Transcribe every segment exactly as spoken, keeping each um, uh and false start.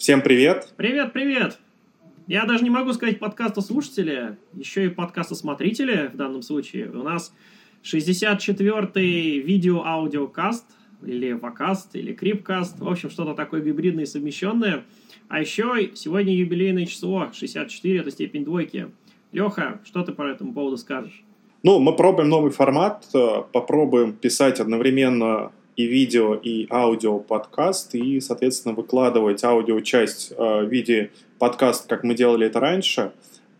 Всем привет! Привет, привет! Я даже не могу сказать подкастослушатели, еще и подкастосмотрители в данном случае. У нас шестьдесят четвёртый видео-аудиокаст, или вакаст, или крипкаст, в общем, что-то такое гибридное и совмещенное. А еще сегодня юбилейное число, шестьдесят четыре, это степень двойки. Леха, что ты по этому поводу скажешь? Ну, мы пробуем новый формат, попробуем писать одновременно и видео, и аудио подкаст, и, соответственно, выкладывать аудиочасть в виде подкаста, как мы делали это раньше.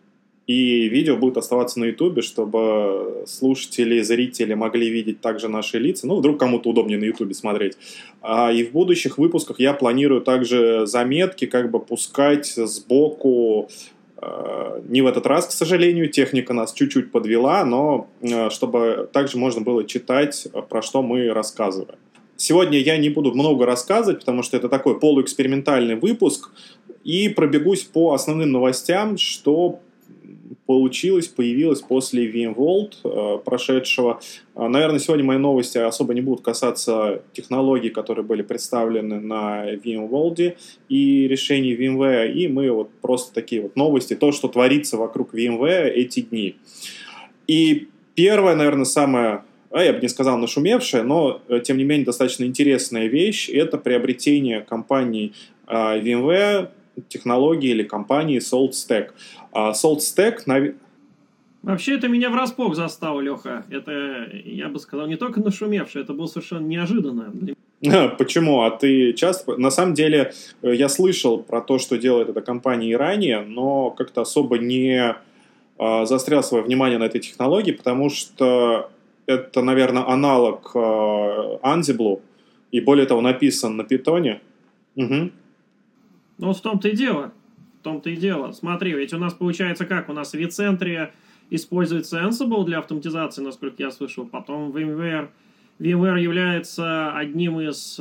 И видео будет оставаться на Ютубе, чтобы слушатели, зрители могли видеть также наши лица. Ну, вдруг кому-то удобнее на Ютубе смотреть. А, и в будущих выпусках я планирую также заметки как бы пускать сбоку. А, не в этот раз, к сожалению, техника нас чуть-чуть подвела, но а, чтобы также можно было читать, про что мы рассказываем. Сегодня я не буду много рассказывать, потому что это такой полуэкспериментальный выпуск. И пробегусь по основным новостям, что получилось, появилось после VMworld э, прошедшего. Наверное, сегодня мои новости особо не будут касаться технологий, которые были представлены на VMworld и решений VMware. И мы вот просто такие вот новости, то, что творится вокруг VMware эти дни. И первое, наверное, самое, а я бы не сказал нашумевшая, но, тем не менее, достаточно интересная вещь, это приобретение компании э, VMware, технологии или компании SaltStack. Uh, SaltStack... Нав... Вообще, это меня врасплох застало, Леха. Это, я бы сказал, не только нашумевшее, это было совершенно неожиданно. Почему? А ты часто... На самом деле, я слышал про то, что делает эта компания и ранее, но как-то особо не uh, заострял свое внимание на этой технологии, потому что это, наверное, аналог uh, Ansible, и более того, написан на питоне. Угу. Ну, в том-то и дело. В том-то и дело. Смотри, ведь у нас получается как? У нас в vCentре используется Ansible для автоматизации, насколько я слышал. Потом VMware, VMware является одним из,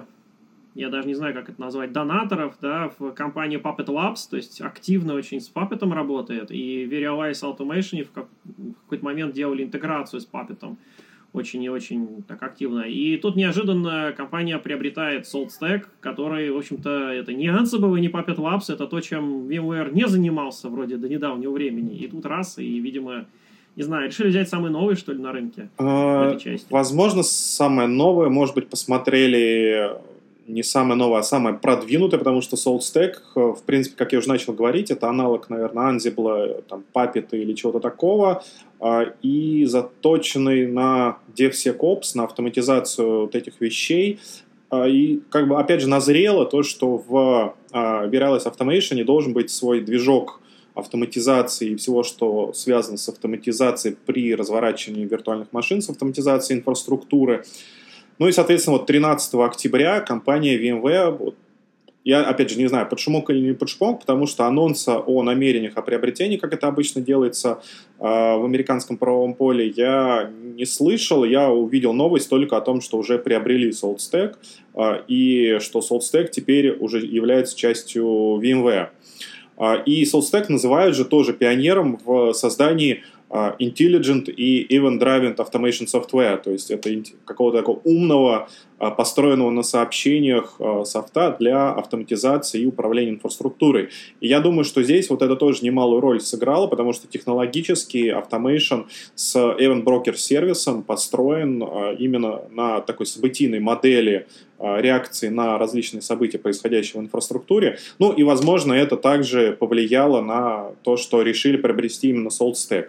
я даже не знаю, как это назвать, донаторов, да, в компании Puppet Labs, то есть активно очень с Puppet работает. И в Verialize Automation в, как, в какой-то момент делали интеграцию с Puppet. Очень и очень так активно. И тут неожиданно компания приобретает SaltStack, который, в общем-то, это не Ansible и не Puppet Labs, это то, чем VMware не занимался вроде до недавнего времени. И тут раз, и, видимо, не знаю, решили взять самый новый, что ли, на рынке а, в этой части. Возможно, самое новое, может быть, посмотрели не самое новое, а самое продвинутое, потому что SaltStack, в принципе, как я уже начал говорить, это аналог, наверное, Ansible, там, Puppet или чего-то такого, и заточенный на DevSecOps, на автоматизацию вот этих вещей. И, как бы, опять же, назрело то, что в Verialize Automation должен быть свой движок автоматизации и всего, что связано с автоматизацией при разворачивании виртуальных машин, с автоматизацией инфраструктуры. Ну и, соответственно, вот тринадцатого октября компания VMware, вот, я, опять же, не знаю, под шумок или не под шумок, потому что анонса о намерениях о приобретении, как это обычно делается э, в американском правовом поле, я не слышал. Я увидел новость только о том, что уже приобрели SaltStack, э, и что SaltStack теперь уже является частью VMware. Э, и SaltStack называют же тоже пионером в создании Intelligent и Event-Driven Automation Software, то есть это какого-то такого умного, построенного на сообщениях софта для автоматизации и управления инфраструктурой. И я думаю, что здесь вот это тоже немалую роль сыграло, потому что технологически Automation с Event Broker сервисом построен именно на такой событийной модели реакции на различные события, происходящие в инфраструктуре. Ну и, возможно, это также повлияло на то, что решили приобрести именно SaltStack.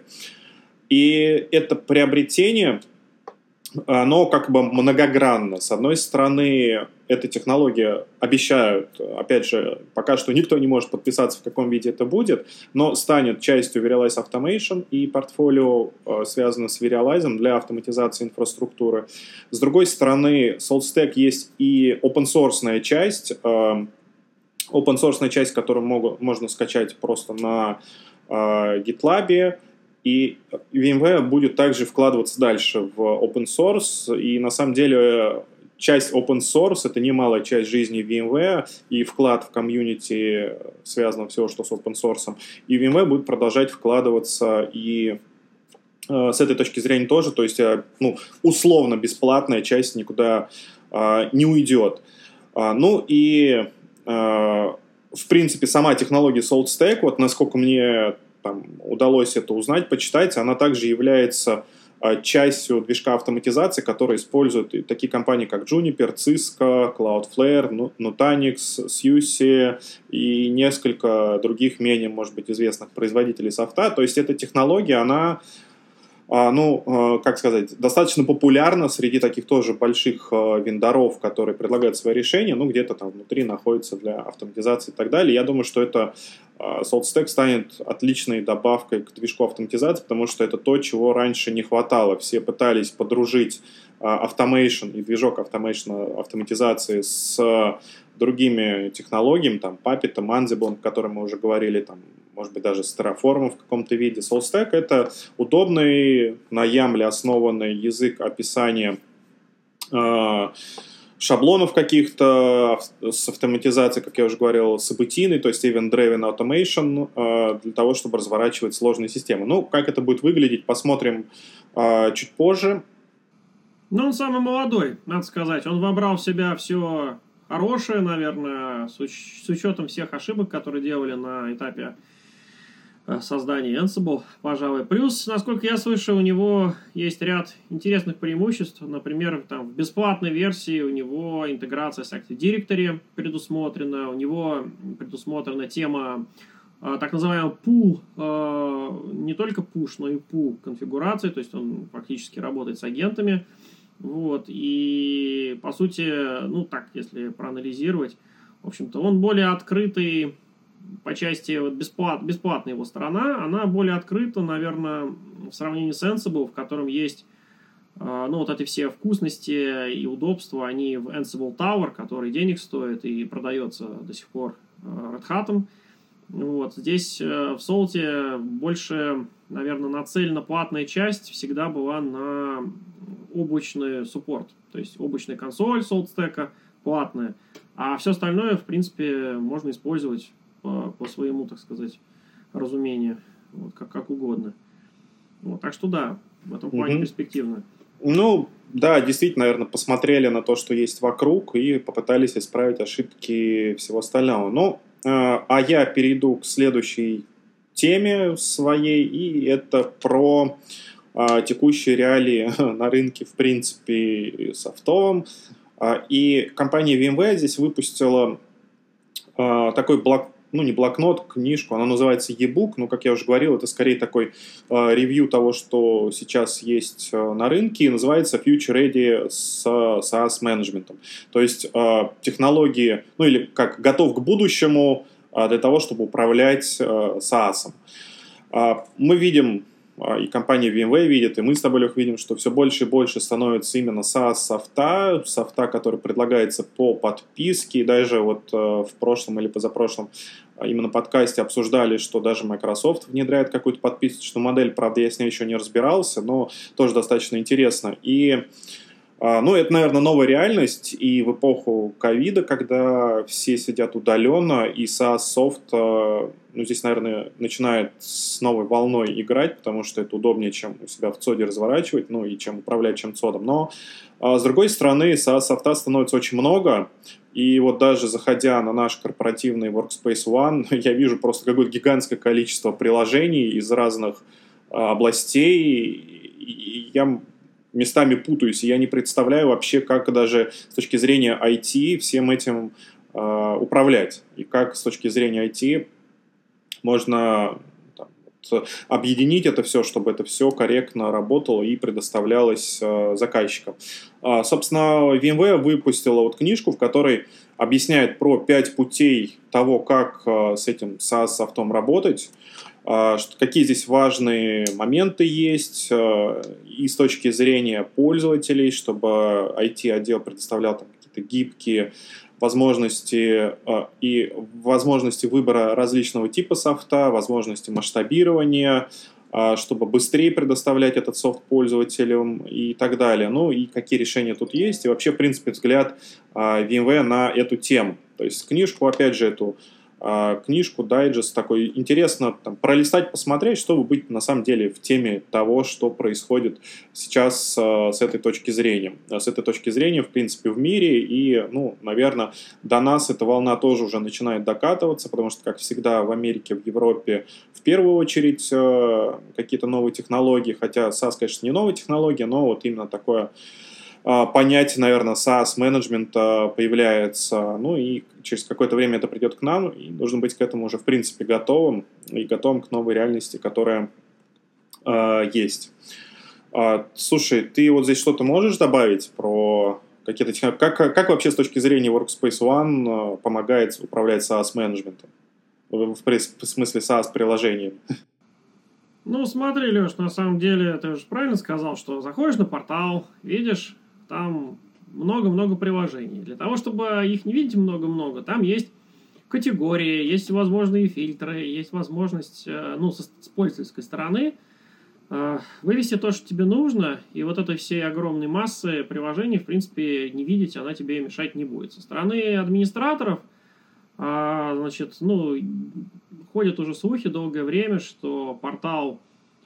И это приобретение, оно как бы многогранно. С одной стороны, эта технология обещают, опять же, пока что никто не может подписаться, в каком виде это будет, но станет частью Verialize Automation и портфолио, связано с Verialize для автоматизации инфраструктуры. С другой стороны, SaltStack есть и open-source часть, open-source часть, которую могут, можно скачать просто на GitLab, и VMware будет также вкладываться дальше в open source, и на самом деле часть open source — это немалая часть жизни VMware, и вклад в комьюнити связан всего, что с open source. И VMware будет продолжать вкладываться и э, с этой точки зрения тоже, то есть э, ну, условно бесплатная часть никуда э, не уйдет. А, ну и э, в принципе, сама технология SaltStack, вот насколько мне там удалось это узнать, почитать, она также является частью движка автоматизации, который используют и такие компании, как Juniper, Cisco, Cloudflare, Nutanix, SUSE и несколько других менее, может быть, известных производителей софта. То есть эта технология, она, ну, как сказать, достаточно популярна среди таких тоже больших вендоров, которые предлагают свои решения, ну, где-то там внутри находится для автоматизации и так далее. Я думаю, что это SaltStack станет отличной добавкой к движку автоматизации, потому что это то, чего раньше не хватало. Все пытались подружить automation и движок automation, автоматизации с другими технологиями, там, Puppet, Ansible, о котором мы уже говорили, там, может быть, даже с Terraform в каком-то виде. SaltStack — это удобный, на ямле основанный язык описания э, шаблонов каких-то, с автоматизацией, как я уже говорил, событийной, то есть event-driven automation, э, для того, чтобы разворачивать сложные системы. Ну, как это будет выглядеть, посмотрим э, чуть позже. Ну, он самый молодой, надо сказать. Он вобрал в себя все хорошее, наверное, с, уч- с учетом всех ошибок, которые делали на этапе создания Ansible, пожалуй. Плюс, насколько я слышал, у него есть ряд интересных преимуществ. Например, там, в бесплатной версии у него интеграция с Active Directory предусмотрена, у него предусмотрена тема так называемый пул, не только push, но и pull конфигурации, то есть он фактически работает с агентами. Вот, и по сути, ну так, если проанализировать, в общем-то, он более открытый по части вот, бесплат, бесплатная его сторона, она более открыта, наверное, в сравнении с Ansible, в котором есть, ну, вот эти все вкусности и удобства, они в Ansible Tower, который денег стоит и продается до сих пор Red Hat. Вот. Здесь в Salt больше, наверное, нацелена платная часть всегда была на облачный суппорт. То есть облачная консоль SaltStack платная, а все остальное, в принципе, можно использовать по, по своему, так сказать, разумению, вот, как, как угодно. Вот, так что да, в этом плане mm-hmm. перспективно. Ну, да, действительно, наверное, посмотрели на то, что есть вокруг, и попытались исправить ошибки всего остального. Ну, э, а я перейду к следующей теме своей, и это про э, текущие реалии на рынке, в принципе, софтовом. Э, и компания VMware здесь выпустила э, такой блок, ну, не блокнот, книжку, она называется e-book, но, как я уже говорил, это скорее такой э, ревью того, что сейчас есть э, на рынке, и называется Future Ready с SaaS менеджментом. То есть э, технологии, ну, или как готов к будущему э, для того, чтобы управлять э, SaaS. Э, мы видим, э, и компания VMware видит, и мы с тобой, Лех, видим, что все больше и больше становится именно SaaS-софта, софта, который предлагается по подписке, и даже вот э, в прошлом или позапрошлом именно подкасте обсуждали, что даже Microsoft внедряет какую-то подписочную модель. Правда, я с ней еще не разбирался, но тоже достаточно интересно. И, ну, это, наверное, новая реальность. И в эпоху ковида, когда все сидят удаленно, и SaaS-софт, ну, здесь, наверное, начинает с новой волной играть, потому что это удобнее, чем у себя в цоде разворачивать, ну, и чем управлять чем цодом. Но, с другой стороны, SaaS-софта становится очень много. И вот даже заходя на наш корпоративный Workspace ONE, я вижу просто какое-то гигантское количество приложений из разных а, областей. И я местами путаюсь, и я не представляю вообще, как даже с точки зрения ай ти всем этим а, управлять. И как с точки зрения ай ти можно там, вот, объединить это все, чтобы это все корректно работало и предоставлялось а, заказчикам. А, собственно, VMware выпустила вот книжку, в которой объясняет про пять путей того, как а, с этим SaaS-софтом работать, а, что, какие здесь важные моменты есть а, и с точки зрения пользователей, чтобы ай ти-отдел предоставлял там, какие-то гибкие возможности а, и возможности выбора различного типа софта, возможности масштабирования, чтобы быстрее предоставлять этот софт пользователям и так далее. Ну и какие решения тут есть. И вообще, в принципе, взгляд VMware на эту тему. То есть книжку, опять же, эту книжку, дайджест такой. Интересно там пролистать, посмотреть, чтобы быть на самом деле в теме того, что происходит сейчас с этой точки зрения. С этой точки зрения, в принципе, в мире. И, ну, наверное, до нас эта волна тоже уже начинает докатываться, потому что, как всегда, в Америке, в Европе в первую очередь какие-то новые технологии, хотя SaaS, конечно, не новая технология, но вот именно такое понятие, наверное, SaaS-менеджмента появляется, ну и через какое-то время это придет к нам, и нужно быть к этому уже, в принципе, готовым и готовым к новой реальности, которая э, есть. Э, слушай, ты вот здесь что-то можешь добавить про какие-то технологии? Как, как вообще с точки зрения Workspace ONE помогает управлять SaaS-менеджментом? В, в смысле SaaS-приложением? Ну, смотри, Леш, на самом деле, ты же правильно сказал, что заходишь на портал, видишь, там много-много приложений. Для того, чтобы их не видеть много-много, там есть категории, есть возможные фильтры, есть возможность, ну, с пользовательской стороны вывести то, что тебе нужно, и вот этой всей огромной массы приложений, в принципе, не видеть, она тебе мешать не будет. Со стороны администраторов, значит, ну, ходят уже слухи долгое время, что портал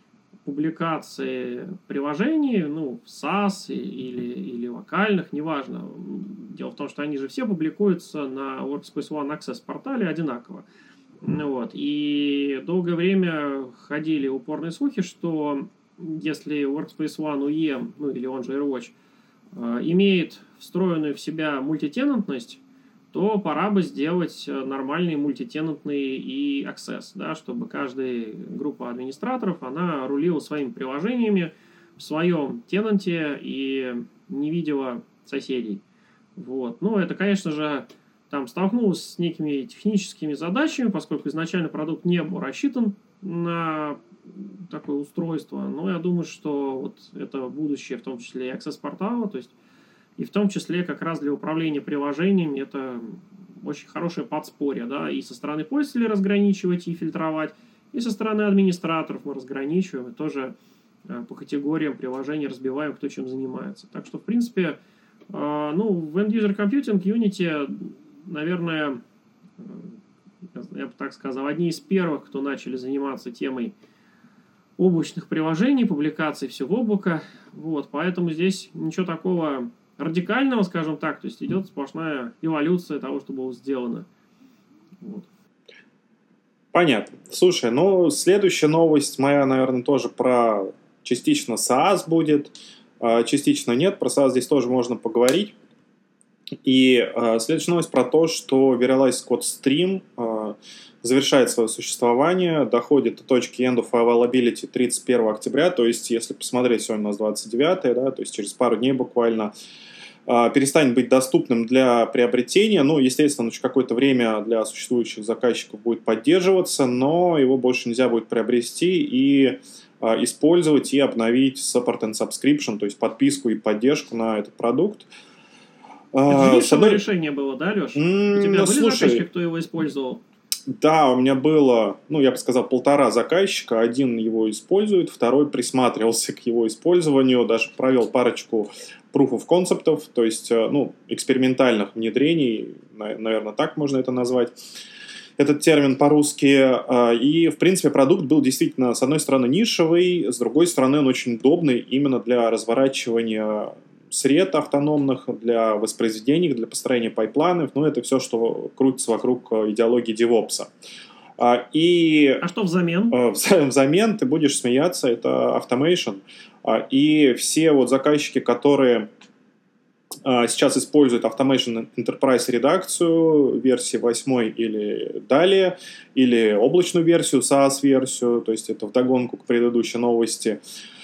публикации приложений, ну, в SaaS или, или локальных, неважно. Дело в том, что они же все публикуются на Workspace ONE Access портале одинаково. Вот. И долгое время ходили упорные слухи, что если Workspace ONE ю и эм, ну или он же AirWatch, имеет встроенную в себя мультитенантность, то пора бы сделать нормальный мультитенантный и Access, да, чтобы каждая группа администраторов, она рулила своими приложениями в своем тенанте и не видела соседей. Вот. Ну, это, конечно же, там столкнулось с некими техническими задачами, поскольку изначально продукт не был рассчитан на такое устройство. Но я думаю, что вот это будущее, в том числе и Access-портала, то есть и в том числе как раз для управления приложениями это очень хорошее подспорье, да, и со стороны пользователей разграничивать и фильтровать, и со стороны администраторов мы разграничиваем, и тоже по категориям приложений разбиваем, кто чем занимается. Так что, в принципе, ну, в End-User Computing Unity, наверное, я бы так сказал, одни из первых, кто начали заниматься темой облачных приложений, публикаций, все в облако. Вот, поэтому здесь ничего такого радикального, скажем так, то есть идет сплошная эволюция того, что было сделано. Вот. Понятно. Слушай, ну, следующая новость моя, наверное, тоже про частично SaaS будет, частично нет. Про SaaS здесь тоже можно поговорить. И э, следующая новость про то, что Verialize Code Stream э, завершает свое существование, доходит до точки End of Availability тридцать первого октября, то есть, если посмотреть, сегодня у нас двадцать девятое, да, то есть через пару дней буквально э, перестанет быть доступным для приобретения. Ну, естественно, еще какое-то время для существующих заказчиков будет поддерживаться, но его больше нельзя будет приобрести и э, использовать и обновить Support and Subscription, то есть подписку и поддержку на этот продукт. Это же одной... решение было, да, Леш? Mm, у тебя ну, были слушай, заказчики, кто его использовал? Да, у меня было, ну, я бы сказал, полтора заказчика. Один его использует, второй присматривался к его использованию, даже провел парочку proof of concept'ов, то есть, ну, экспериментальных внедрений, наверное, так можно это назвать, этот термин по-русски. И, в принципе, продукт был действительно, с одной стороны, нишевый, с другой стороны, он очень удобный именно для разворачивания сред автономных, для воспроизведения, для построения пайплайнов. Ну, это все, что крутится вокруг идеологии DevOps. И а что взамен? Взамен, ты будешь смеяться, это automation. И все вот заказчики, которые сейчас используют Automation Enterprise редакцию версии восьмой или далее, или облачную версию, SaaS-версию, то есть это вдогонку к предыдущей новости,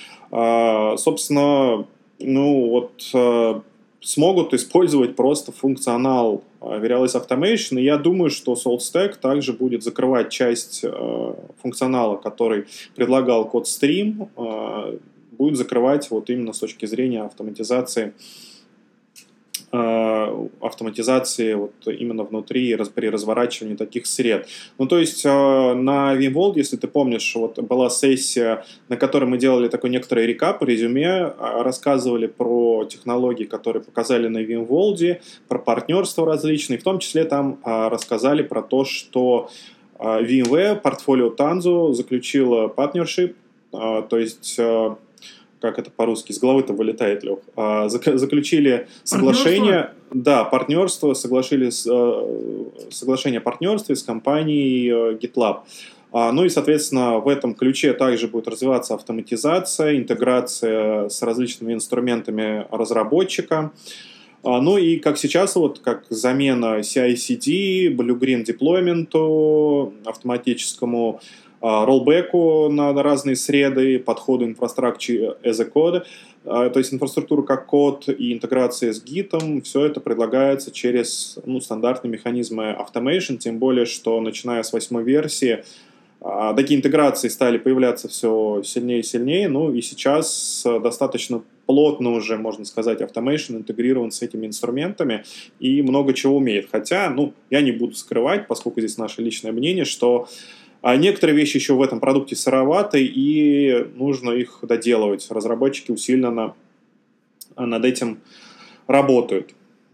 собственно, ну вот э, смогут использовать просто функционал э, Verialize Automation, и я думаю, что SaltStack также будет закрывать часть э, функционала, который предлагал CodeStream, э, будет закрывать вот именно с точки зрения автоматизации автоматизации вот именно внутри при разворачивании таких сред. Ну, то есть на VMworld, если ты помнишь, вот была сессия, на которой мы делали такой некоторый рекап, резюме, рассказывали про технологии, которые показали на VMworld, про партнерства различные, в том числе там рассказали про то, что VMware, портфолио Tanzu заключила партнершип, то есть... как это по-русски, с головы-то вылетает, Лех, заключили соглашение, да, партнерство, соглашили соглашение о партнерстве с компанией GitLab. Ну и, соответственно, в этом ключе также будет развиваться автоматизация, интеграция с различными инструментами разработчика. Ну и как сейчас, вот как замена си ай си ди, Blue Green деплойменту автоматическому, роллбеку на разные среды, подходу инфраструктуры as a code, то есть инфраструктуру как код и интеграция с гитом, все это предлагается через ну, стандартные механизмы automation, тем более, что начиная с восьмой версии такие интеграции стали появляться все сильнее и сильнее, ну и сейчас достаточно плотно уже, можно сказать, automation интегрирован с этими инструментами и много чего умеет. Хотя, ну, я не буду скрывать, поскольку здесь наше личное мнение, что А некоторые вещи еще в этом продукте сыроваты, и нужно их доделывать. Разработчики усиленно над этим работают.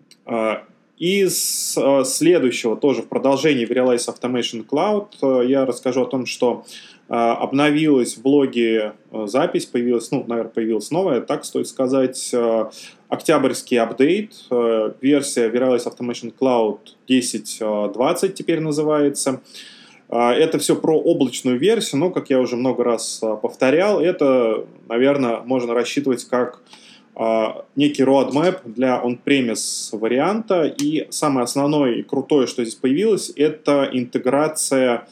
Из следующего, тоже в продолжении в Realize Automation Cloud, я расскажу о том, что обновилась в блоге запись, появилась, ну, наверное, появилась новая, так стоит сказать, октябрьский апдейт, версия Realize Automation Cloud десять двадцать теперь называется. Это все про облачную версию, но, как я уже много раз повторял, это, наверное, можно рассчитывать как некий roadmap для on-premise варианта. И самое основное и крутое, что здесь появилось, это интеграция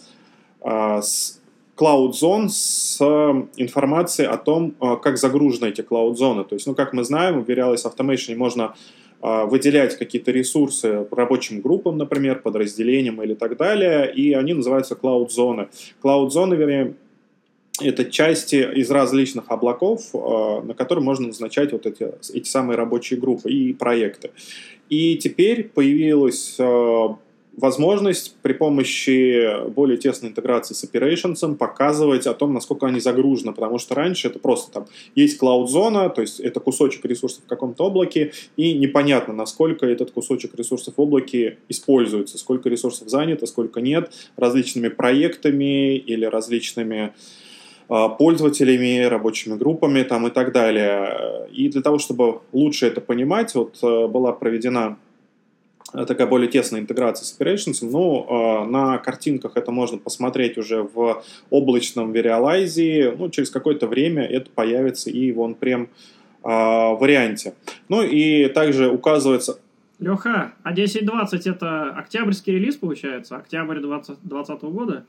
с Cloud Zone с информацией о том, как загружены эти Cloud Zone. То есть, ну, как мы знаем, в Realize Automation можно выделять какие-то ресурсы рабочим группам, например, подразделениям или так далее, и они называются Cloud-зоны. Cloud-зоны, вернее, это части из различных облаков, на которые можно назначать вот эти, эти самые рабочие группы и проекты. И теперь появилась возможность при помощи более тесной интеграции с Operations показывать о том, насколько они загружены, потому что раньше это просто там есть клауд-зона, то есть это кусочек ресурсов в каком-то облаке, и непонятно, насколько этот кусочек ресурсов в облаке используется, сколько ресурсов занято, сколько нет, различными проектами или различными пользователями, рабочими группами там, и так далее. И для того, чтобы лучше это понимать, вот была проведена такая более тесная интеграция с Operations, но э, на картинках это можно посмотреть уже в облачном Realize, ну, через какое-то время это появится и в on-prem э, варианте. Ну и также указывается... Леха, а десять двадцать это октябрьский релиз получается? Октябрь двадцатого года?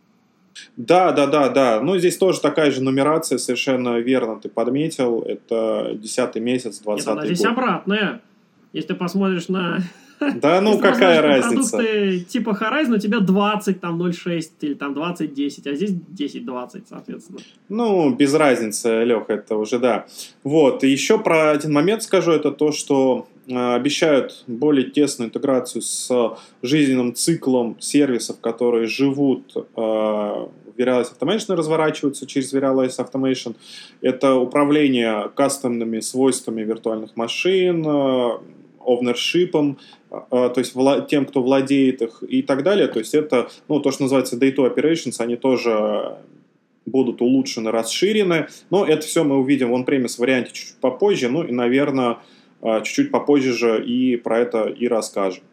Да, да, да, да. Ну, здесь тоже такая же нумерация, совершенно верно ты подметил. Это десятый месяц, двадцатый год. Здесь обратная. Если ты посмотришь на... Да, ну какая разница? Продукты типа Horizon у тебя двадцать, там ноль шесть или там двадцать десять, а здесь десять двадцать, соответственно. Ну, без разницы, Лех, это уже да. Вот, и еще про один момент скажу, это то, что э, обещают более тесную интеграцию с жизненным циклом сервисов, которые живут э, в Realize Automation, разворачиваются через Realize Automation. Это управление кастомными свойствами виртуальных машин, э, ownership, то есть тем, кто владеет их и так далее. То есть это, ну, то, что называется Day-to Operations, они тоже будут улучшены, расширены. Но это все мы увидим в on-premise варианте чуть-чуть попозже. Ну и, наверное, чуть-чуть попозже же и про это и расскажем.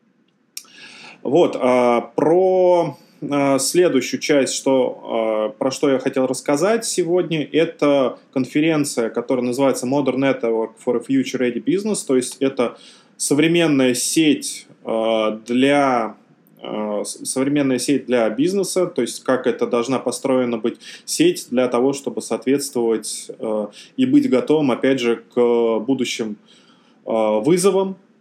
Вот, про следующую часть, что, про что я хотел рассказать сегодня, это конференция, которая называется Modern Network for a Future Ready Business, то есть это современная сеть для, современная сеть для бизнеса, то есть как это должна построена быть сеть для того, чтобы соответствовать и быть готовым, опять же, к будущим вызовам,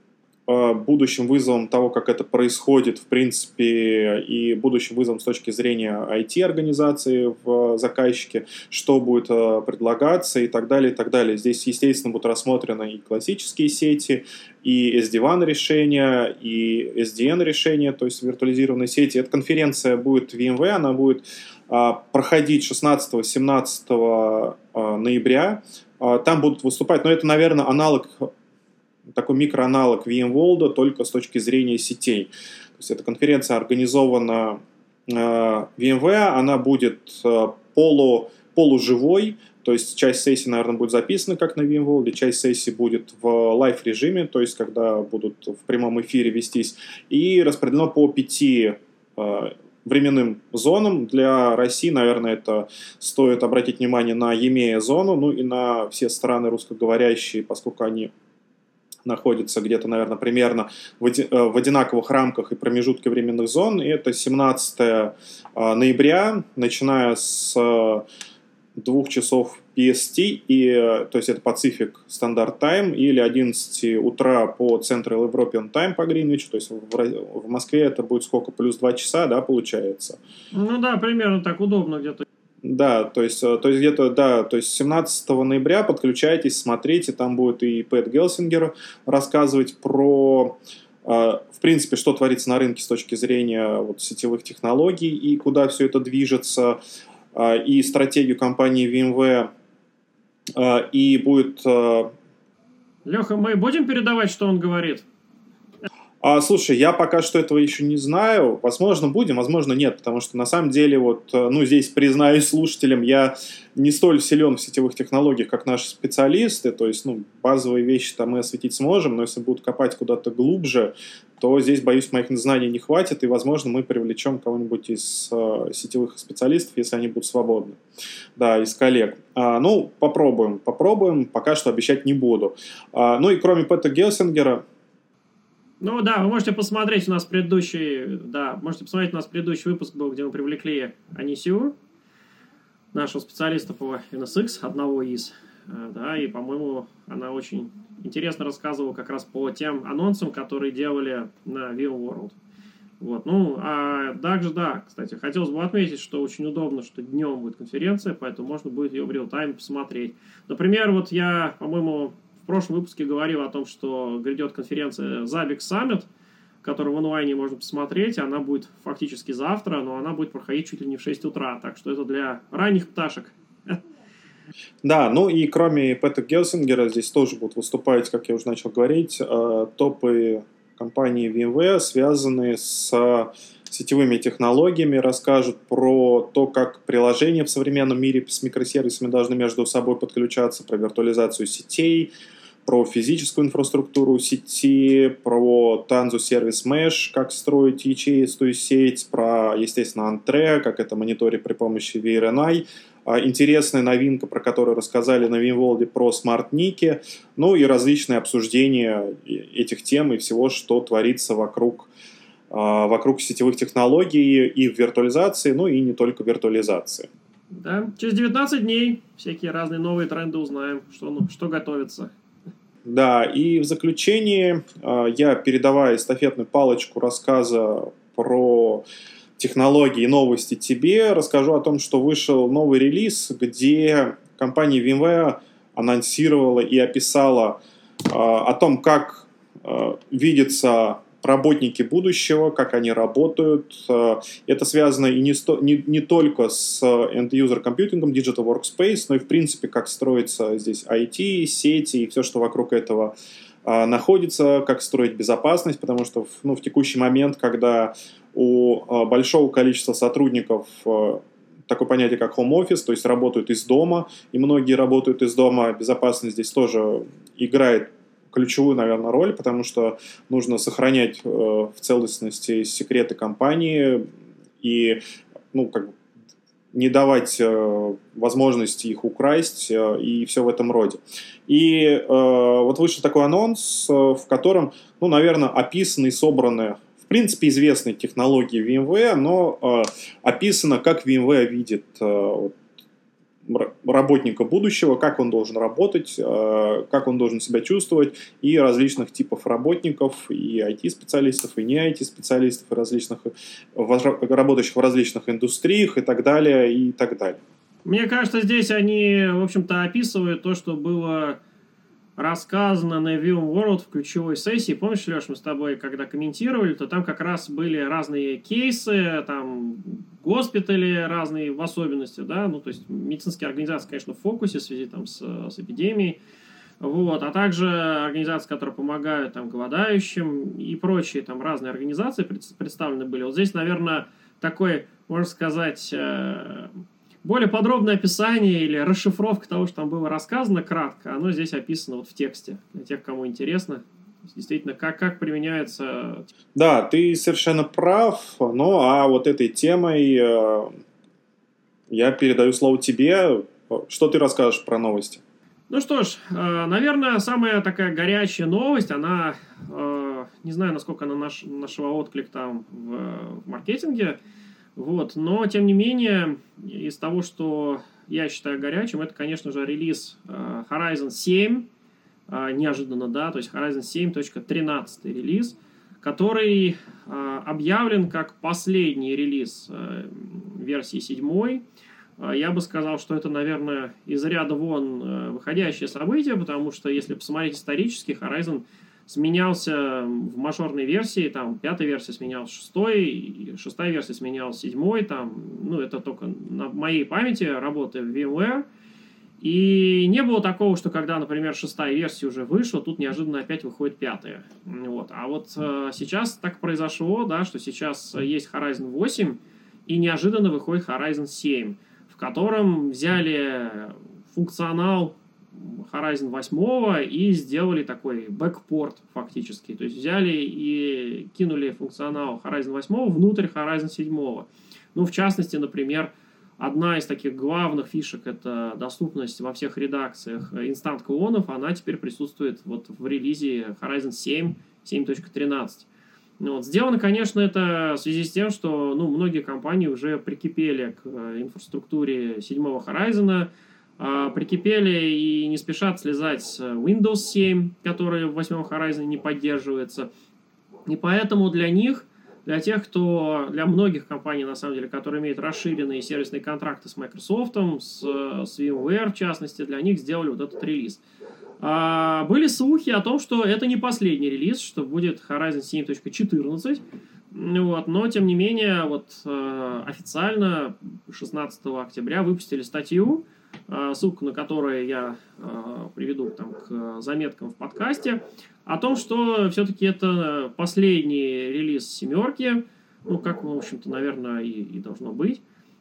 будущим вызовом того, как это происходит, в принципе, и будущим вызовом с точки зрения ай ти-организации в заказчике, что будет предлагаться и так далее, и так далее. Здесь, естественно, будут рассмотрены и классические сети, и эс ди ван решения, и эс ди эн решения, то есть виртуализированные сети. Эта конференция будет в VMware, она будет проходить шестнадцатого-семнадцатого ноября. Там будут выступать, но это, наверное, аналог, такой микроаналог VMworld, только с точки зрения сетей. То есть эта конференция организована э, VMware, она будет э, полу, полуживой, то есть часть сессии, наверное, будет записана как на VMworld, часть сессии будет в лайв-режиме, то есть когда будут в прямом эфире вестись, и распределено по пяти э, временным зонам. Для России, наверное, это стоит обратить внимание на и эм и эй-зону, ну и на все страны русскоговорящие, поскольку они находятся где-то, наверное, примерно в, оди- в одинаковых рамках и промежутке временных зон. И это семнадцатого ноября, начиная с двух часов пи эс ти, и, то есть это Pacific Standard Time, или одиннадцать утра по Central European Time по Гринвичу, то есть в, в Москве это будет сколько, плюс два часа, да, получается? Ну да, примерно так, удобно где-то. Да, то есть, то есть где-то, да, то есть семнадцатого ноября подключайтесь, смотрите, там будет и Пэт Гелсингер рассказывать про, в принципе, что творится на рынке с точки зрения вот сетевых технологий и куда все это движется, и стратегию компании VMware, и будет... Леха, мы будем передавать, что он говорит? А, слушай, я пока что этого еще не знаю. Возможно, будем, возможно, нет, потому что на самом деле, вот, ну, здесь признаюсь слушателям, я не столь силен в сетевых технологиях, как наши специалисты, то есть, ну, базовые вещи там мы осветить сможем, но если будут копать куда-то глубже, то здесь, боюсь, моих знаний не хватит, и, возможно, мы привлечем кого-нибудь из э, сетевых специалистов, если они будут свободны, да, из коллег. А, ну, попробуем, попробуем, пока что обещать не буду. А, ну, и кроме Пэта Гелсингера, Ну да, вы можете посмотреть у нас предыдущий, да, можете посмотреть у нас предыдущий выпуск был, где мы привлекли Анисию, нашего специалиста по эн эс икс, одного из, да, и, по-моему, она очень интересно рассказывала как раз по тем анонсам, которые делали на VMworld. Вот, ну, а также, да, кстати, хотелось бы отметить, что очень удобно, что днем будет конференция, поэтому можно будет ее в реал-тайме посмотреть. Например, вот я, по-моему, в прошлом выпуске говорил о том, что грядет конференция Zabbix Summit, которую в онлайне можно посмотреть. Она будет фактически завтра, но она будет проходить чуть ли не в шесть утра. Так что это для ранних пташек. Да, ну и кроме Пэта Гелсингера здесь тоже будут выступать, как я уже начал говорить, топы компании VMware, связанные с сетевыми технологиями, расскажут про то, как приложения в современном мире с микросервисами должны между собой подключаться, про виртуализацию сетей, про физическую инфраструктуру сети, про Tanzu Service Mesh, как строить ячеистую сеть, про, естественно, Антре, как это мониторить при помощи ви эр эн ай. Интересная новинка, про которую рассказали на VMworld, про смарт-ники, ну и различные обсуждения этих тем и всего, что творится вокруг, вокруг сетевых технологий и в виртуализации, ну и не только в виртуализации. Да, через девятнадцать дней всякие разные новые тренды узнаем, что, ну, что готовится. Да, и в заключение я, передавая эстафетную палочку рассказа про технологии и новости тебе, расскажу о том, что вышел новый релиз, где компания VMware анонсировала и описала о том, как видится работники будущего, как они работают. Это связано и не, сто, не, не только с end-user компьютингом, Digital Workspace, но и, в принципе, как строится здесь ай ти, сети и все, что вокруг этого а, находится, как строить безопасность, потому что ну, в текущий момент, когда у а, большого количества сотрудников а, такое понятие, как home office, то есть работают из дома, и многие работают из дома, безопасность здесь тоже играет ключевую, наверное, роль, потому что нужно сохранять э, в целостности секреты компании и ну, как бы не давать э, возможности их украсть э, и все в этом роде. И э, вот вышел такой анонс, э, в котором, ну, наверное, описаны и собраны, в принципе, известные технологии VMware, но э, описано, как VMware видит э, работника будущего, как он должен работать, как он должен себя чувствовать, и различных типов работников, и ай ти-специалистов, и не ай ти-специалистов, и различных, работающих в различных индустриях, и так далее, и так далее. Мне кажется, здесь они, в общем-то, описывают то, что было рассказано на VMworld в ключевой сессии. Помнишь, Леш, мы с тобой, когда комментировали, то там как раз были разные кейсы, там госпитали разные в особенности, да, ну, то есть медицинские организации, конечно, в фокусе в связи там с, с эпидемией, вот, а также организации, которые помогают там голодающим и прочие там разные организации представлены были. Вот здесь, наверное, такой, можно сказать, более подробное описание или расшифровка того, что там было рассказано кратко, оно здесь описано вот в тексте, для тех, кому интересно. Действительно, как, как применяется... Да, ты совершенно прав, ну а вот этой темой э, я передаю слово тебе. Что ты расскажешь про новости? Ну что ж, э, наверное, самая такая горячая новость, она, э, не знаю, насколько она наш, нашего отклик там в, в маркетинге, вот, но, тем не менее, из того, что я считаю горячим, это, конечно же, релиз э, Horizon семь, э, неожиданно, да, то есть Horizon семь точка тринадцать релиз, который э, объявлен как последний релиз э, версии седьмой. Э, я бы сказал, что это, наверное, из ряда вон э, выходящее событие, потому что, если посмотреть исторически, Horizon сменялся в мажорной версии, там, пятая версия сменялась шестой, шестая версия сменялась седьмой, там, ну, это только на моей памяти, работы в VMware. И не было такого, что когда, например, шестая версия уже вышла, тут неожиданно опять выходит пятая. Вот. А вот э, сейчас так произошло, да, что сейчас есть Horizon восемь, и неожиданно выходит Horizon семь, в котором взяли функционал Horizon восемь и сделали такой бэкпорт фактически. То есть взяли и кинули функционал Horizon восемь внутрь Horizon семь. Ну, в частности, например, одна из таких главных фишек — это доступность во всех редакциях инстант-клонов. Она теперь присутствует вот в релизе Horizon семь, семь точка тринадцать. Ну, вот. Сделано, конечно, это в связи с тем, что ну, многие компании уже прикипели к инфраструктуре седьмого Horizon, прикипели и не спешат слезать с Windows семь, который в восьмом Horizon не поддерживается. И поэтому для них, для тех, кто, для многих компаний, на самом деле, которые имеют расширенные сервисные контракты с Microsoft, с, с VMware, в частности, для них сделали вот этот релиз. А, были слухи о том, что это не последний релиз, что будет Horizon семь точка четырнадцать. Вот, но, тем не менее, вот, официально шестнадцатого октября выпустили статью, ссылку на которую я э, приведу там, к заметкам в подкасте, о том, что все-таки это последний релиз семерки, ну, как, в общем-то, наверное, и, и должно быть.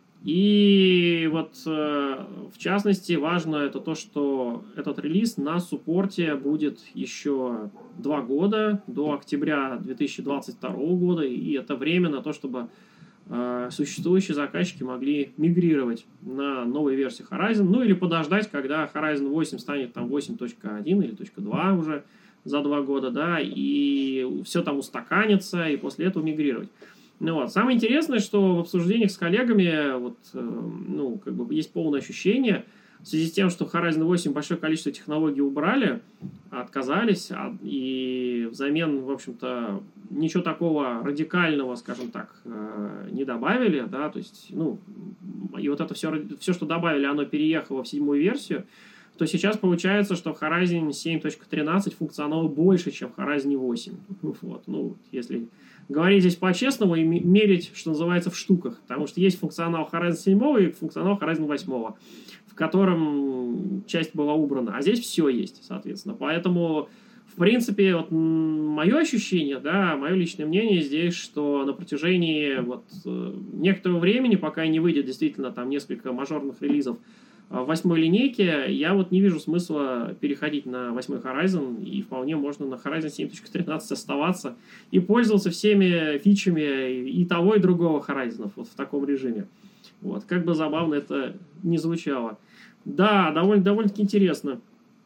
И вот, э, в частности, важно это то, что этот релиз на суппорте будет еще два года, до октября две тысячи двадцать второго года, и это время на то, чтобы существующие заказчики могли мигрировать на новые версии Horizon, ну или подождать, когда Horizon восемь станет там восемь точка один или точка два уже за два года, да, и все там устаканится, и после этого мигрировать. Ну вот. Самое интересное, что в обсуждениях с коллегами вот, ну, как бы есть полное ощущение, в связи с тем, что Horizon восемь большое количество технологий убрали, отказались, и взамен, в общем-то, ничего такого радикального, скажем так, не добавили, да, то есть, ну, и вот это все, все, что добавили, оно переехало в седьмую версию, то сейчас получается, что в Horizon семь точка тринадцать функционала больше, чем в Horizon восемь. Вот, ну, если говорить здесь по-честному и мерить, что называется, в штуках, потому что есть функционал Horizon семь и функционал Horizon восемь, в котором часть была убрана, а здесь все есть, соответственно. Поэтому, в принципе, вот мое ощущение, да, мое личное мнение здесь, что на протяжении вот некоторого времени, пока не выйдет действительно там несколько мажорных релизов в восьмой линейке, я вот не вижу смысла переходить на восьмой Horizon, и вполне можно на Horizon семь точка тринадцать оставаться и пользоваться всеми фичами и того, и другого Horizon вот в таком режиме. Вот, как бы забавно это ни звучало. Да, довольно, довольно-таки интересно.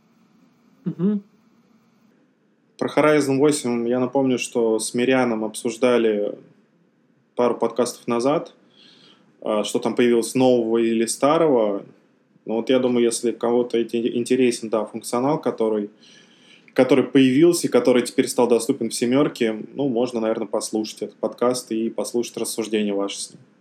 Угу. Про Horizon восемь я напомню, что с Миряном обсуждали пару подкастов назад, что там появилось нового или старого. Ну вот я думаю, если кого-то интересен, да, функционал, который, который появился, который теперь стал доступен в семерке, ну, можно, наверное, послушать этот подкаст и послушать рассуждения ваши с ним.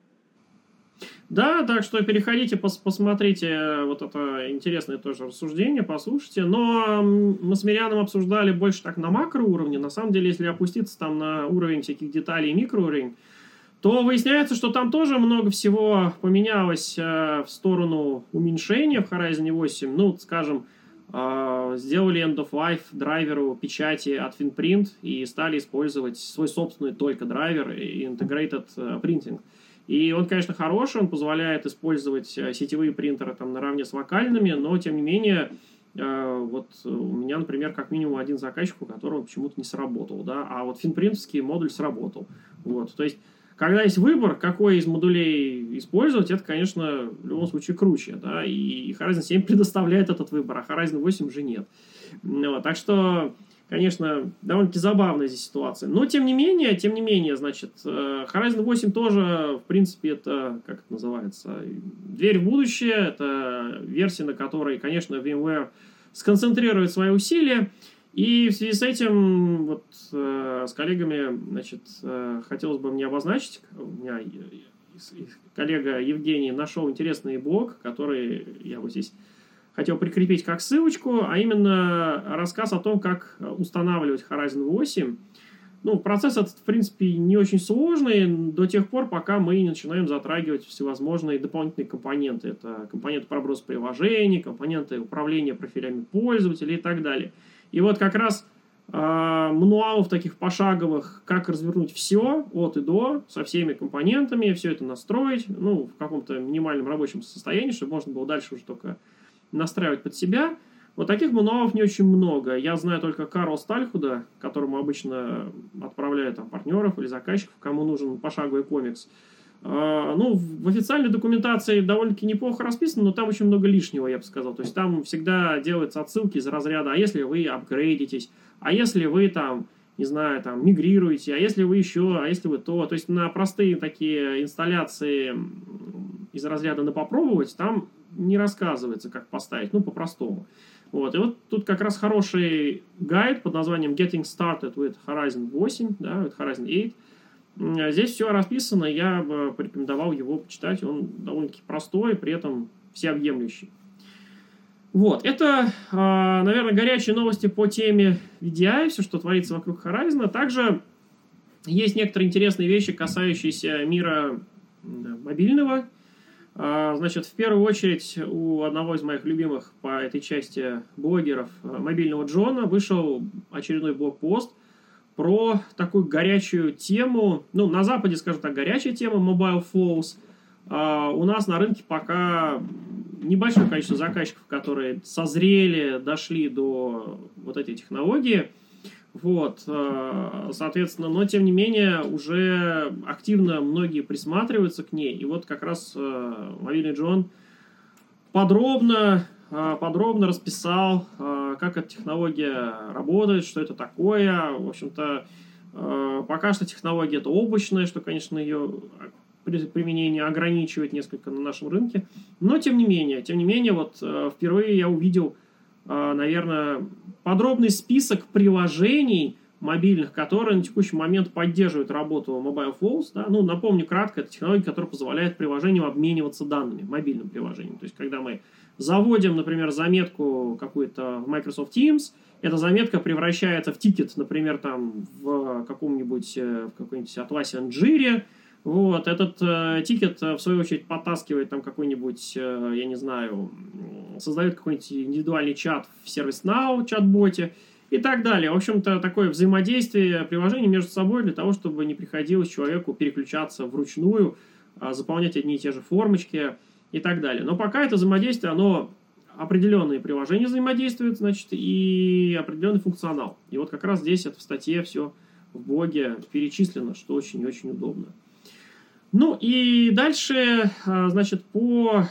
Да, так что переходите, пос посмотрите вот это интересное тоже рассуждение, послушайте. Но мы с Мирианом обсуждали больше так на макроуровне. На самом деле, если опуститься там на уровень всяких деталей и микроуровень, то выясняется, что там тоже много всего поменялось э, в сторону уменьшения в Horizon восемь. Ну, скажем, э, сделали end of life драйверу печати от FinPrint и стали использовать свой собственный только драйвер и integrated э, printing. И он, конечно, хороший, он позволяет использовать сетевые принтеры там наравне с локальными, но, тем не менее, э, вот у меня, например, как минимум один заказчик, у которого почему-то не сработал, да, а вот финпринтовский модуль сработал. Вот, то есть, когда есть выбор, какой из модулей использовать, это, конечно, в любом случае круче, да, и Horizon семь предоставляет этот выбор, а Horizon восемь уже нет. Вот, так что... Конечно, довольно-таки забавная здесь ситуация. Но, тем не менее, тем не менее, значит, Horizon восемь тоже, в принципе, это, как это называется, дверь в будущее. Это версия, на которой, конечно, VMware сконцентрирует свои усилия. И в связи с этим, вот, с коллегами, значит, хотелось бы мне обозначить, у меня коллега Евгений нашел интересный блог, который я вот здесь хотел прикрепить как ссылочку, а именно рассказ о том, как устанавливать Horizon восемь. Ну, процесс этот, в принципе, не очень сложный до тех пор, пока мы не начинаем затрагивать всевозможные дополнительные компоненты. Это компоненты проброса приложений, компоненты управления профилями пользователей и так далее. И вот как раз э, мануалов таких пошаговых, как развернуть все от и до, со всеми компонентами, все это настроить, ну, в каком-то минимальном рабочем состоянии, чтобы можно было дальше уже только настраивать под себя. Вот таких мануалов не очень много. Я знаю только Карла Стальхуда, которому обычно отправляют там партнеров или заказчиков, кому нужен пошаговый комикс. А, ну, в официальной документации довольно-таки неплохо расписано, но там очень много лишнего, я бы сказал. То есть там всегда делаются отсылки из разряда, а если вы апгрейдитесь, а если вы там, не знаю, там, мигрируете, а если вы еще, а если вы то. То есть на простые такие инсталляции из разряда на попробовать, там не рассказывается, как поставить, ну, по-простому. Вот. И вот тут как раз хороший гайд под названием Getting Started with Horizon восемь, да, with Horizon восемь. Здесь все расписано, я бы порекомендовал его почитать, он довольно-таки простой, при этом всеобъемлющий. Вот, это, наверное, горячие новости по теме ви ди ай, все, что творится вокруг Horizon. Также есть некоторые интересные вещи, касающиеся мира мобильного. Значит, в первую очередь у одного из моих любимых по этой части блогеров, мобильного Джона, вышел очередной блогпост про такую горячую тему, ну, на Западе, скажем так, горячая тема Mobile Flows. А у нас на рынке пока небольшое количество заказчиков, которые созрели, дошли до вот этой технологии. Вот, соответственно, но тем не менее уже активно многие присматриваются к ней. И вот как раз мобильный Джон подробно, подробно расписал, как эта технология работает, что это такое. В общем-то, пока что технология это облачная, что, конечно, ее применение ограничивает несколько на нашем рынке. Но тем не менее, тем не менее, вот впервые я увидел, наверное, подробный список приложений мобильных, которые на текущий момент поддерживают работу Mobile Flows. Да? Ну, напомню кратко, это технология, которая позволяет приложениям обмениваться данными, мобильным приложением. То есть, когда мы заводим, например, заметку какую-то в Microsoft Teams, эта заметка превращается в тикет, например, там в каком-нибудь, в какой-нибудь Atlassian Jira. Вот, этот э, тикет, в свою очередь, подтаскивает там какой-нибудь, э, я не знаю, создает какой-нибудь индивидуальный чат в ServiceNow, чат-боте и так далее. В общем-то, такое взаимодействие приложений между собой для того, чтобы не приходилось человеку переключаться вручную, э, заполнять одни и те же формочки и так далее. Но пока это взаимодействие, оно определенные приложения взаимодействуют, значит, и определенный функционал. И вот как раз здесь это в статье все в блоге перечислено, что очень и очень удобно. Ну и дальше, значит, по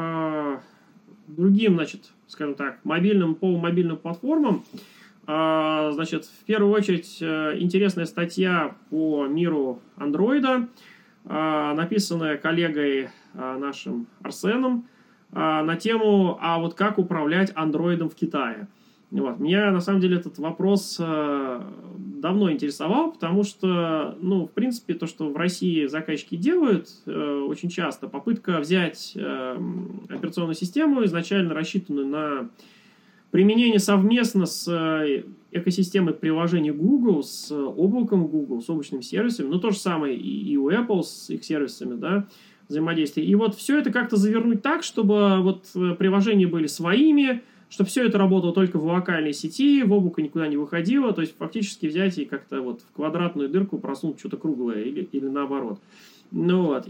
другим, значит, скажем так, мобильным, по мобильным платформам, значит, в первую очередь интересная статья по миру андроида, написанная коллегой нашим Арсеном. на тему, а вот как управлять андроидом в Китае. Вот. Меня, на самом деле, этот вопрос э, давно интересовал, потому что, ну, в принципе, то, что в России заказчики делают э, очень часто, попытка взять э, операционную систему, изначально рассчитанную на применение совместно с э, экосистемой приложений Google, с облаком Google, с облачными сервисами, ну, то же самое и, и у Apple с их сервисами, да, взаимодействие. И вот все это как-то завернуть так, чтобы вот приложения были своими, чтобы все это работало только в локальной сети, в облако никуда не выходило, то есть фактически взять и как-то вот в квадратную дырку просунуть что-то круглое или, или наоборот. Ну вот,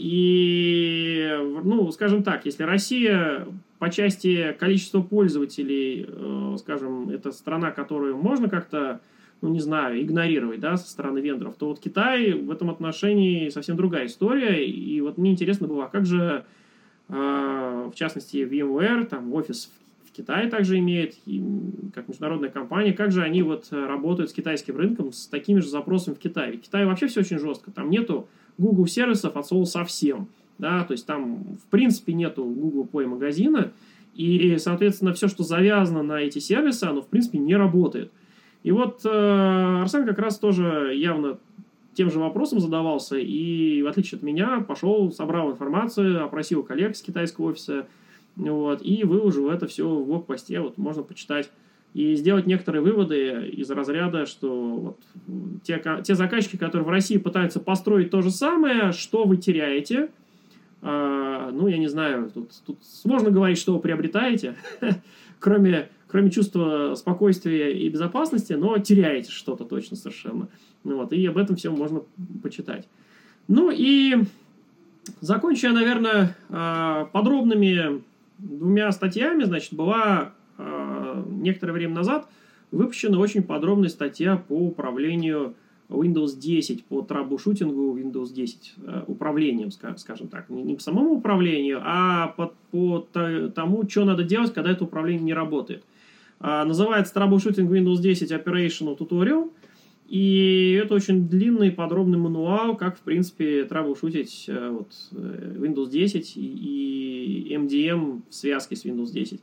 и, ну, скажем так, если Россия по части количества пользователей, э, скажем, это страна, которую можно как-то, ну, не знаю, игнорировать, да, со стороны вендоров, то вот Китай в этом отношении совсем другая история, и вот мне интересно было, а как же, э, в частности, VMware, там, офис в Китай также имеет, и, как международная компания, как же они вот работают с китайским рынком с такими же запросами в Китае. Ведь в Китае вообще все очень жестко, там нету Google сервисов от слова совсем, да, то есть там в принципе нету Google Play магазина, и, соответственно, все, что завязано на эти сервисы, оно в принципе не работает. И вот э, Арсен как раз тоже явно тем же вопросом задавался, и в отличие от меня пошел, собрал информацию, опросил коллег с китайского офиса, вот, и выложил это все в блог-посте, вот можно почитать и сделать некоторые выводы из разряда, что вот те, те заказчики, которые в России пытаются построить то же самое, что вы теряете, а, ну, я не знаю, тут, тут сложно говорить, что вы приобретаете, кроме, кроме чувства спокойствия и безопасности, но теряете что-то точно совершенно. Ну, вот, и об этом всем можно почитать. Ну и закончу я, наверное, подробными двумя статьями. Значит, была э, некоторое время назад выпущена очень подробная статья по управлению Windows десять, по траблшутингу Windows десять, э, управлением, скажем так, не, не по самому управлению, а по, по тому, что надо делать, когда это управление не работает. Э, называется Troubleshooting Windows десять Operational Tutorial. И это очень длинный, подробный мануал, как, в принципе, траблшутить э, вот, Windows десять и, и эм ди эм в связке с Windows десять.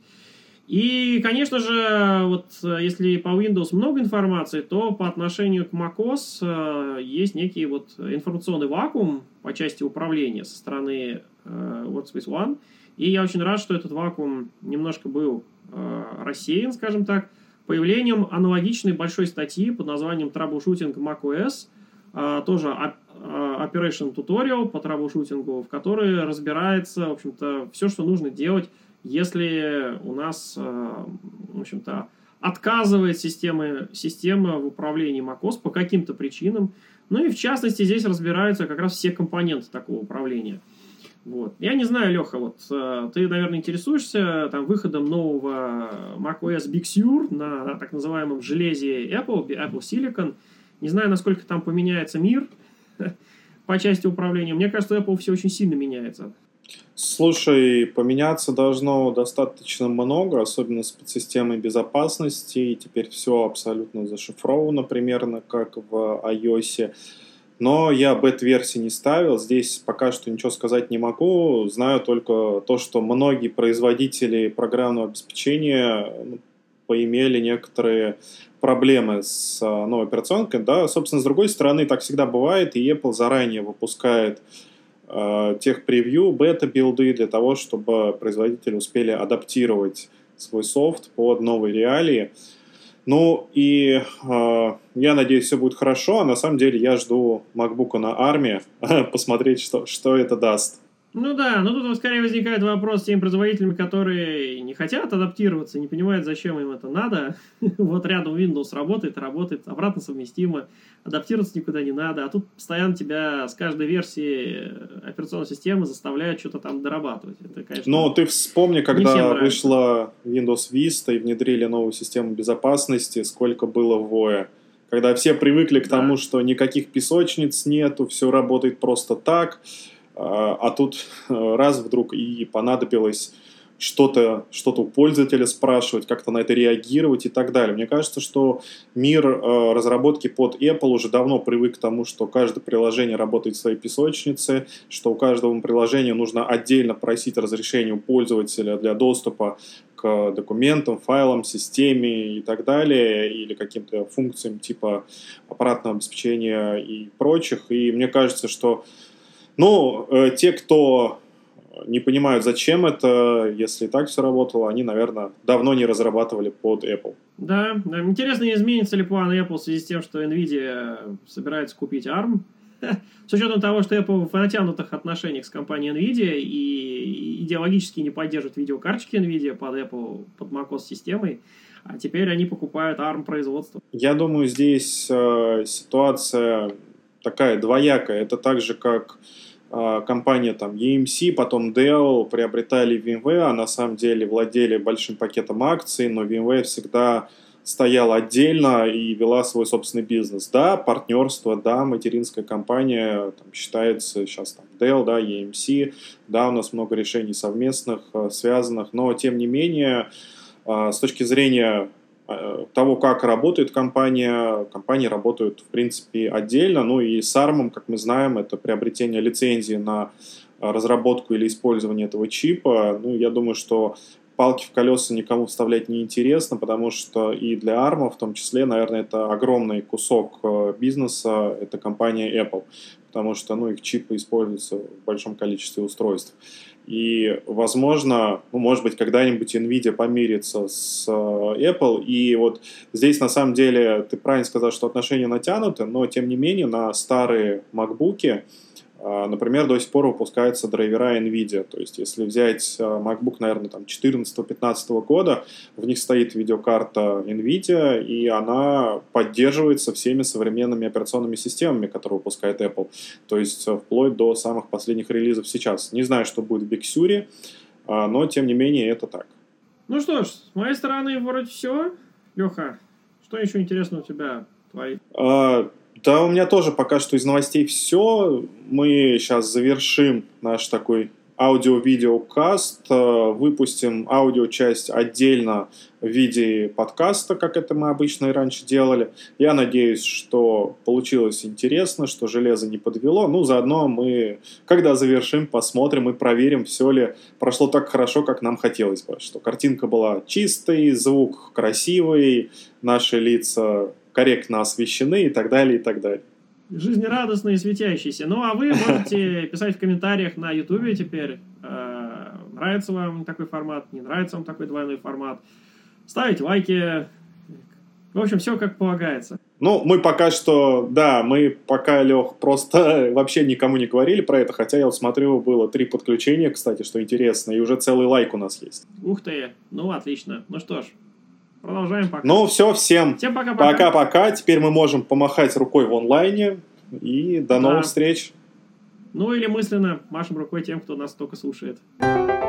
И, конечно же, вот, если по Windows много информации, то по отношению к macOS э, есть некий вот информационный вакуум по части управления со стороны э, Workspace ONE. И я очень рад, что этот вакуум немножко был э, рассеян, скажем так, появлением аналогичной большой статьи под названием Troubleshooting macOS, тоже Operation Tutorial по траблшутингу, в которой разбирается, в общем-то, все, что нужно делать, если у нас, в общем-то, отказывает система, система в управлении macOS по каким-то причинам. Ну и, в частности, здесь разбираются как раз все компоненты такого управления. Вот. Я не знаю, Леха, вот ты, наверное, интересуешься там, выходом нового macOS Big Sur на так называемом железе Apple, Apple Silicon. Не знаю, насколько там поменяется мир по части управления. Мне кажется, Apple все очень сильно меняется. Слушай, поменяться должно достаточно много, особенно с подсистемой безопасности. И теперь все абсолютно зашифровано примерно, как в iOS. Но я бета-версии не ставил, здесь пока что ничего сказать не могу. Знаю только то, что многие производители программного обеспечения поимели некоторые проблемы с новой операционкой. Да? Собственно, с другой стороны, так всегда бывает, и Apple заранее выпускает э, техпревью, бета-билды для того, чтобы производители успели адаптировать свой софт под новые реалии. Ну и э, я надеюсь, все будет хорошо, а на самом деле я жду MacBook на армии посмотреть, что, что это даст. Ну да, но тут скорее возникает вопрос с теми производителями, которые не хотят адаптироваться, не понимают, зачем им это надо. Вот рядом Windows работает, работает, обратно совместимо, адаптироваться никуда не надо, а тут постоянно тебя с каждой версии операционной системы заставляют что-то там дорабатывать. Это, конечно, но ты вспомни, когда вышла Windows Vista и внедрили новую систему безопасности, сколько было воя. Когда все привыкли к да. тому, что никаких песочниц нету, все работает просто так. А тут раз вдруг и понадобилось что-то, что-то у пользователя спрашивать, как-то на это реагировать и так далее. Мне кажется, что мир э, разработки под Apple уже давно привык к тому, что каждое приложение работает в своей песочнице, что у каждого приложения нужно отдельно просить разрешение у пользователя для доступа к документам, файлам, системе и так далее, или каким-то функциям типа аппаратного обеспечения и прочих. И мне кажется, что ну, э, те, кто не понимают, зачем это, если и так все работало, они, наверное, давно не разрабатывали под Apple. Да, интересно, не изменится ли план Apple в связи с тем, что NVIDIA собирается купить арм. С учетом того, что Apple в натянутых отношениях с компанией NVIDIA и идеологически не поддерживает видеокарточки NVIDIA под Apple, под macOS-системой, а теперь они покупают арм производство. Я думаю, здесь э, ситуация такая двоякая. Это так же, как э, компания там, и эм си, потом Dell приобретали VMware, а на самом деле владели большим пакетом акций, но VMware всегда стояла отдельно и вела свой собственный бизнес. Да, партнерство, да, материнская компания, там, считается сейчас там, Dell, да, и эм си, да, у нас много решений совместных, связанных, но тем не менее, с точки зрения того, как работает компания, компании работают, в принципе, отдельно, ну и с арм, как мы знаем, это приобретение лицензии на разработку или использование этого чипа, ну, я думаю, что палки в колеса никому вставлять не интересно, потому что и для арм, в том числе, наверное, это огромный кусок бизнеса, это компания Apple, потому что, ну, их чипы используются в большом количестве устройств. И, возможно, ну, может быть, когда-нибудь NVIDIA помирится с Apple, и вот здесь, на самом деле, ты правильно сказал, что отношения натянуты, но, тем не менее, на старые MacBook'и, например, до сих пор выпускаются драйвера NVIDIA. То есть, если взять MacBook, наверное, там четырнадцатого-пятнадцатого года, в них стоит видеокарта NVIDIA, и она поддерживается всеми современными операционными системами, которые выпускает Apple. То есть, вплоть до самых последних релизов сейчас. Не знаю, что будет в Big Sur, но, тем не менее, это так. Ну что ж, с моей стороны вроде все. Леха, что еще интересного у тебя? Твои? А... Да, у меня тоже пока что из новостей все. Мы сейчас завершим наш такой аудио-видеокаст, выпустим аудиочасть отдельно в виде подкаста, как это мы обычно и раньше делали. Я надеюсь, что получилось интересно, что железо не подвело. Ну, заодно мы, когда завершим, посмотрим и проверим, все ли прошло так хорошо, как нам хотелось бы. Что картинка была чистой, звук красивый, наши лица корректно освещены и так далее, и так далее. Жизнерадостные и светящиеся. Ну, а вы можете писать в комментариях на YouTube теперь, э, нравится вам такой формат, не нравится вам такой двойной формат. Ставить лайки. В общем, все как полагается. Ну, мы пока что, да, мы пока, Лех, просто вообще никому не говорили про это, хотя я вот смотрю, было три подключения, кстати, что интересно, и уже целый лайк у нас есть. Ух ты, ну, отлично. Ну что ж, продолжаем пока. Ну, все, всем, всем пока-пока. Пока-пока. Теперь мы можем помахать рукой в онлайне. И до да. новых встреч. Ну, или мысленно машем рукой тем, кто нас только слушает.